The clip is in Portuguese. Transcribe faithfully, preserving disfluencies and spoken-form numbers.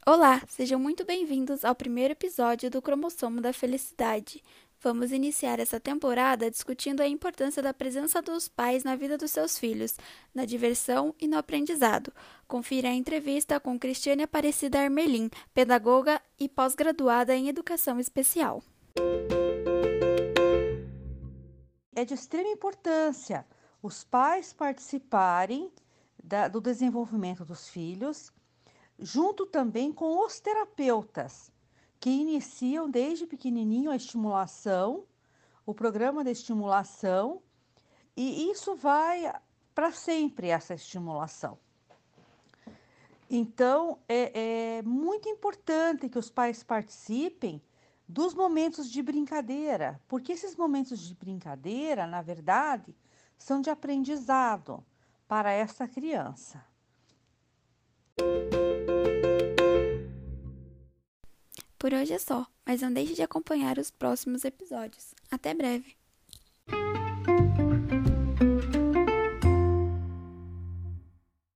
Olá, sejam muito bem-vindos ao primeiro episódio do Cromossomo da Felicidade. Vamos iniciar essa temporada discutindo a importância da presença dos pais na vida dos seus filhos, na diversão e no aprendizado. Confira a entrevista com Cristiane Aparecida Armelin, pedagoga e pós-graduada em Educação Especial. É de extrema importância os pais participarem da, do desenvolvimento dos filhos, junto também com os terapeutas, que iniciam desde pequenininho a estimulação, o programa de estimulação, e isso vai para sempre, essa estimulação. Então, é, é muito importante que os pais participem dos momentos de brincadeira, porque esses momentos de brincadeira, na verdade, são de aprendizado para essa criança. Por hoje é só, mas não deixe de acompanhar os próximos episódios. Até breve!